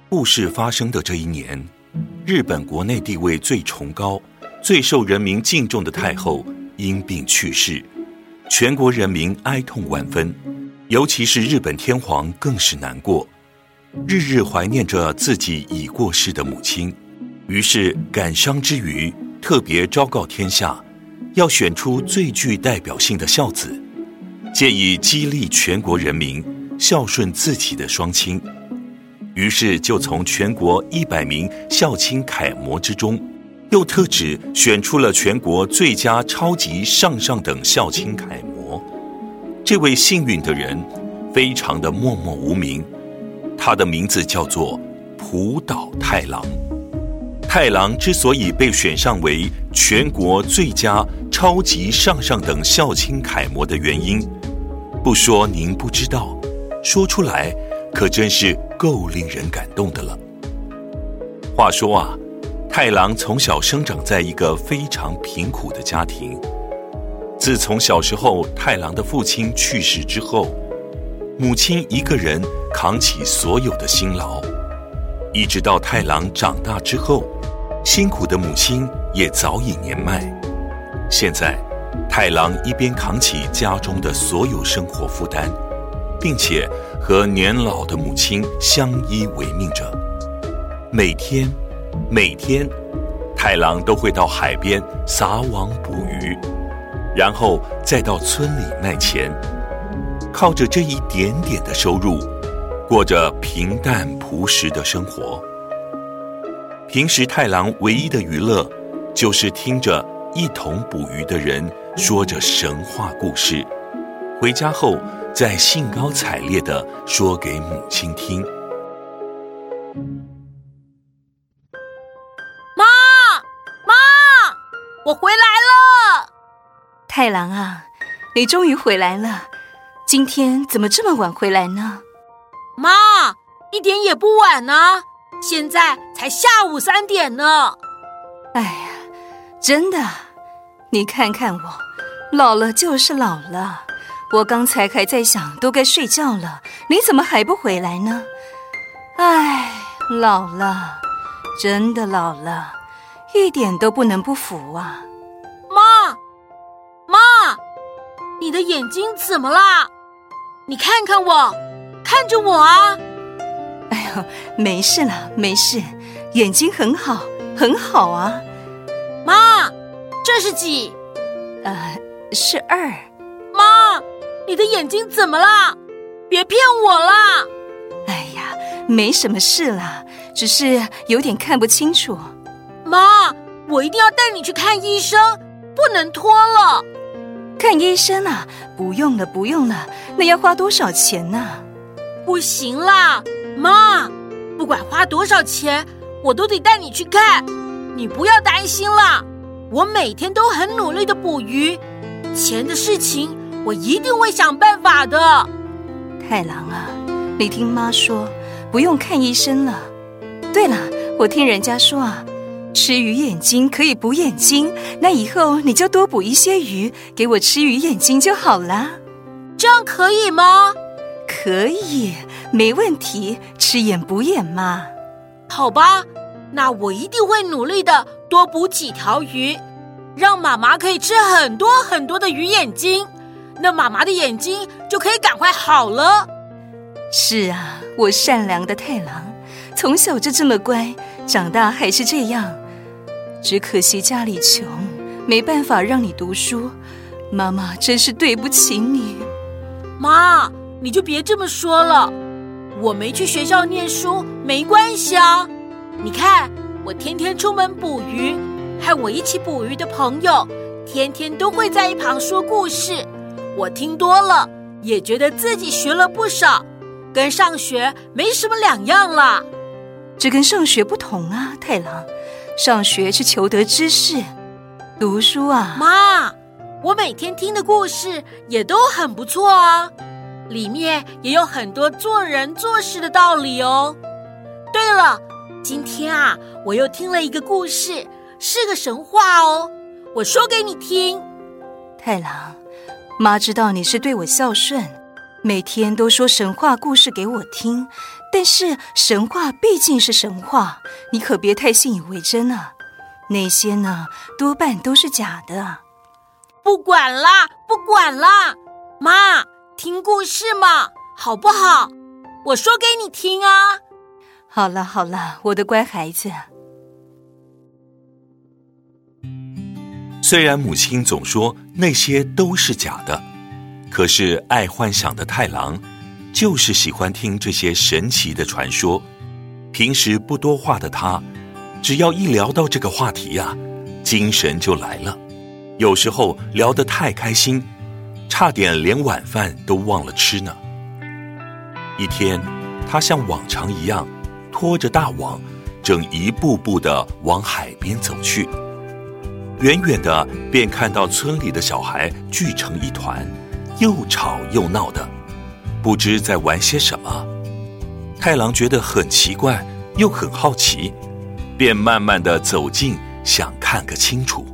故事发生的这一年，日本国内地位最崇高、最受人民敬重的太后因病去世，全国人民哀痛万分，尤其是日本天皇更是难过，日日怀念着自己已过世的母亲。于是感伤之余，特别昭告天下，要选出最具代表性的孝子，借以激励全国人民孝顺自己的双亲。于是就从全国100名孝亲楷模之中，又特指选出了全国最佳超级上上等孝亲楷模。这位幸运的人非常的默默无名，他的名字叫做浦岛太郎。太郎之所以被选上为全国最佳超级上上等孝亲楷模的原因，不说您不知道，说出来可真是够令人感动的了。话说啊，太郎从小生长在一个非常贫苦的家庭。自从小时候太郎的父亲去世之后，母亲一个人扛起所有的辛劳，一直到太郎长大之后，辛苦的母亲也早已年迈。现在太郎一边扛起家中的所有生活负担，并且和年老的母亲相依为命着。每天太郎都会到海边撒网捕鱼，然后再到村里卖钱，靠着这一点点的收入，过着平淡朴实的生活。平时太郎唯一的娱乐，就是听着一同捕鱼的人说着神话故事，回家后再兴高采烈地说给母亲听。 妈，我回来了！ 太郎啊，你终于回来了，今天怎么这么晚回来呢？ 妈，一点也不晚啊，现在才下午3点呢。 哎呀，真的，你看看我，老了就是老了。我刚才还在想都该睡觉了，你怎么还不回来呢？哎，老了，真的老了，一点都不能不服啊。 妈，你的眼睛怎么啦？你看看我，看着我啊。 哎呦，没事了，没事，眼睛很好，很好啊。 妈，这是几？ 是2。 妈，你的眼睛怎么啦？别骗我啦！ 哎呀，没什么事啦，只是有点看不清楚。 妈，我一定要带你去看医生，不能拖了。 看医生啊？不用了，那要花多少钱呢？ 不行啦，妈，不管花多少钱，我都得带你去看。你不要担心啦，我每天都很努力的捕鱼，钱的事情我一定会想办法的。 太郎啊，你听妈说，不用看医生了。对了，我听人家说啊，吃鱼眼睛可以补眼睛，那以后你就多捕一些鱼，给我吃鱼眼睛就好了。 这样可以吗？ 可以，没问题，吃眼补眼嘛。 好吧，那我一定会努力的多捕几条鱼，让妈妈可以吃很多很多的鱼眼睛，那妈妈的眼睛就可以赶快好了。 是啊，我善良的太郎，从小就这么乖，长大还是这样。只可惜家里穷，没办法让你读书，妈妈真是对不起你。 妈，你就别这么说了，我没去学校念书没关系啊。你看，我天天出门捕鱼，和我一起捕鱼的朋友天天都会在一旁说故事，我听多了也觉得自己学了不少，跟上学没什么两样啦。 这跟上学不同啊，太郎，上学是求得知识，读书啊。 妈，我每天听的故事也都很不错啊，里面也有很多做人做事的道理哦。对了，今天啊，我又听了一个故事，是个神话哦，我说给你听。 太郎，妈知道你是对我孝顺， 每天都说神话故事给我听，但是神话毕竟是神话，你可别太信以为真啊。那些呢，多半都是假的。 不管啦，不管啦，妈，听故事嘛，好不好？我说给你听啊。 好了好了，我的乖孩子。 虽然母亲总说那些都是假的，可是爱幻想的太郎就是喜欢听这些神奇的传说。平时不多话的他，只要一聊到这个话题啊，精神就来了。有时候聊得太开心，差点连晚饭都忘了吃呢。一天，他像往常一样拖着大网，正一步步地往海边走去。远远的便看到村里的小孩聚成一团，又吵又闹的，不知在玩些什么。太郎觉得很奇怪，又很好奇，便慢慢地走近，想看个清楚。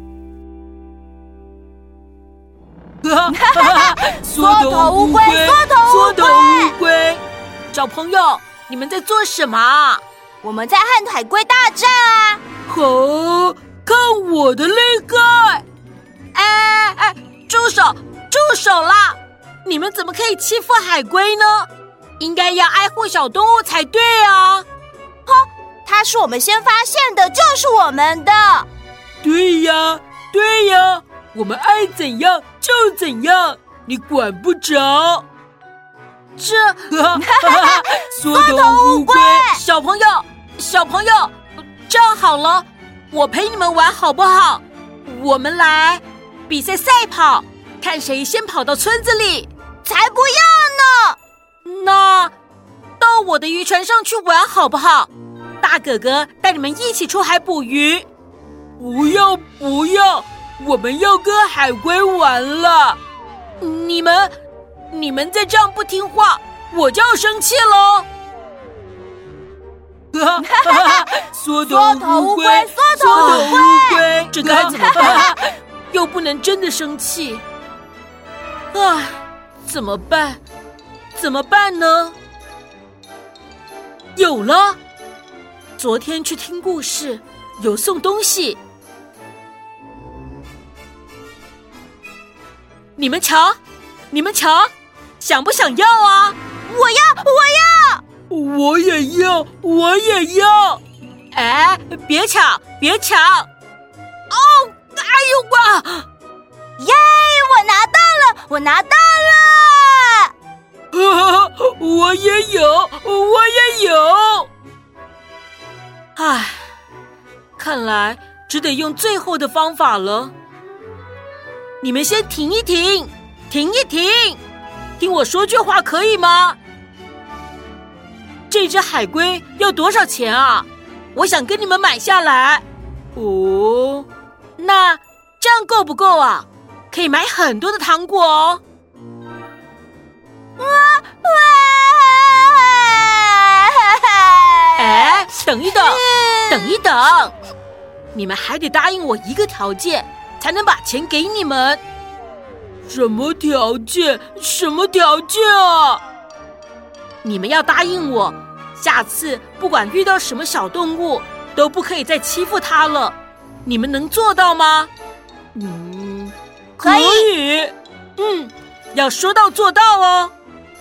缩头乌龟，缩头乌龟，小朋友，你们在做什么啊？ 我们在和海龟大战啊！ 哦，看我的厉害！哎，住手啦！你们怎么可以欺负海龟呢？应该要爱护小动物才对啊！ 它是我们先发现的，就是我们的。 对呀，我们爱怎样就怎样，你管不着。这缩头乌龟，小朋友，这样好了，我陪你们玩好不好？我们来比赛赛跑，看谁先跑到村子里。 才不要呢！ 那到我的渔船上去玩好不好？大哥哥带你们一起出海捕鱼。不要，我们要跟海龟玩了。你们再这样不听话，我就要生气喽！缩头乌龟，这该怎么办？又不能真的生气。唉，怎么办呢？有了！昨天去听故事，有送东西。你们瞧，想不想要啊？ 我要！ 我也要！哎，别抢！哦，哎呦哇！ 耶，我拿到了！ 我也有！唉，看来只得用最后的方法了。你们先停一停，听我说句话可以吗？这只海龟要多少钱啊？我想跟你们买下来。哦，那这样够不够啊？可以买很多的糖果哦。哎，等一等，你们还得答应我一个条件，才能把钱给你们。什么条件啊？你们要答应我，下次不管遇到什么小动物，都不可以再欺负它了。你们能做到吗？可以。要说到做到哦。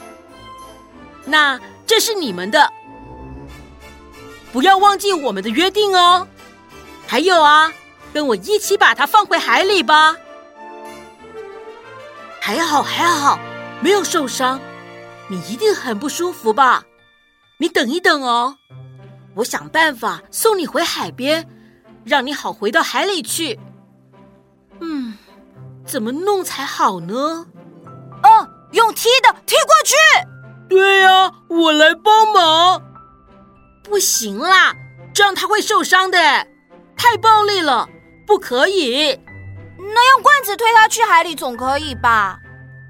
那这是你们的，不要忘记我们的约定哦。还有啊，跟我一起把它放回海里吧。还好，没有受伤。你一定很不舒服吧？你等一等哦，我想办法送你回海边，让你好回到海里去。怎么弄才好呢？ 用踢的，踢过去。 对呀，我来帮忙。不行啦，这样他会受伤的，太暴力了，不可以。 那用棍子推他去海里总可以吧？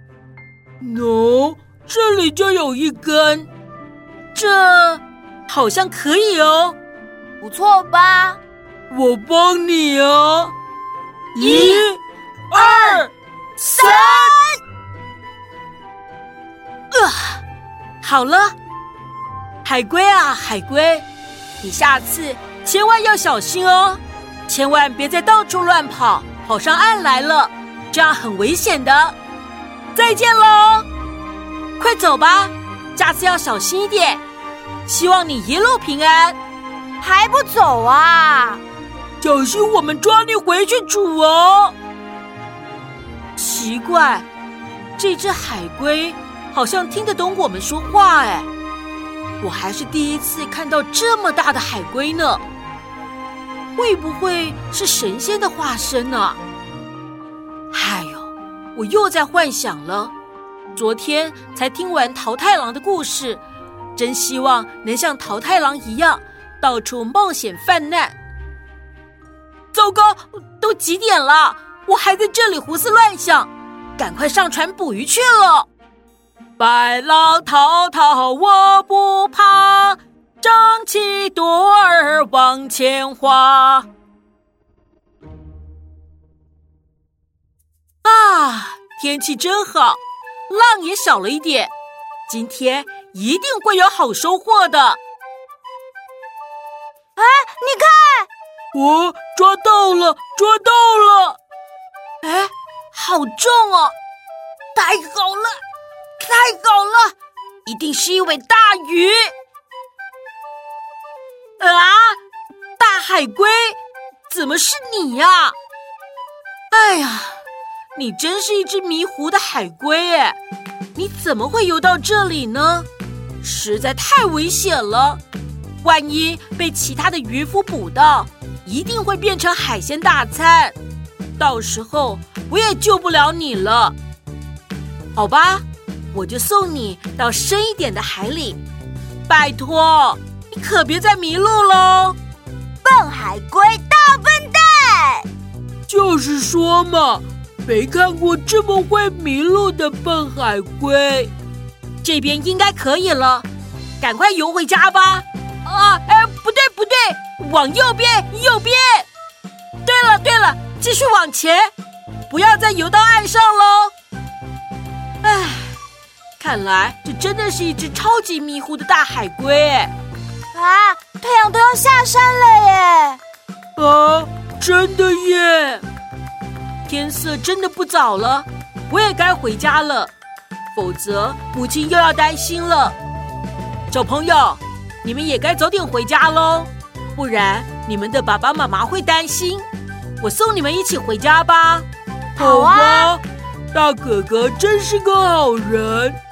这里就有一根，这好像可以哦。 不错吧？ 我帮你啊！1、2、3， 好了，海龟啊，海龟，你下次千万要小心哦，千万别再到处乱跑，跑上岸来了，这样很危险的。再见喽，快走吧，下次要小心一点，希望你一路平安。 还不走啊？ 小心我们抓你回去煮哦。奇怪，这只海龟好像听得懂我们说话哎，我还是第一次看到这么大的海龟呢。会不会是神仙的化身呢？哎呦，我又在幻想了。昨天才听完桃太郎的故事，真希望能像桃太郎一样到处冒险犯难。糟糕，都几点了？我还在这里胡思乱想，赶快上船捕鱼去了。白浪滔滔我不怕，张起舵儿往前划。啊，天气真好，浪也小了一点，今天一定会有好收获的。 哎，你看， 我抓到了，抓到了！哎，好重哦！太好了，太好了，一定是一尾大鱼！啊，大海龟，怎么是你呀？哎呀，你真是一只迷糊的海龟哎！你怎么会游到这里呢？实在太危险了，万一被其他的渔夫捕到，一定会变成海鲜大餐，到时候我也救不了你了。好吧，我就送你到深一点的海里，拜托，你可别再迷路喽！ 笨海龟，大笨蛋！ 就是说嘛，没看过这么会迷路的笨海龟。这边应该可以了，赶快游回家吧。啊，哎，不对不对，往右边，右边。对了，继续往前，不要再游到岸上喽。唉，看来这真的是一只超级迷糊的大海龟哎。 啊，太阳都要下山了耶！ 啊，真的耶！天色真的不早了，我也该回家了，否则母亲又要担心了。小朋友，你们也该早点回家喽，不然你们的爸爸妈妈会担心。我送你们一起回家吧。 好啊， 大哥哥真是个好人。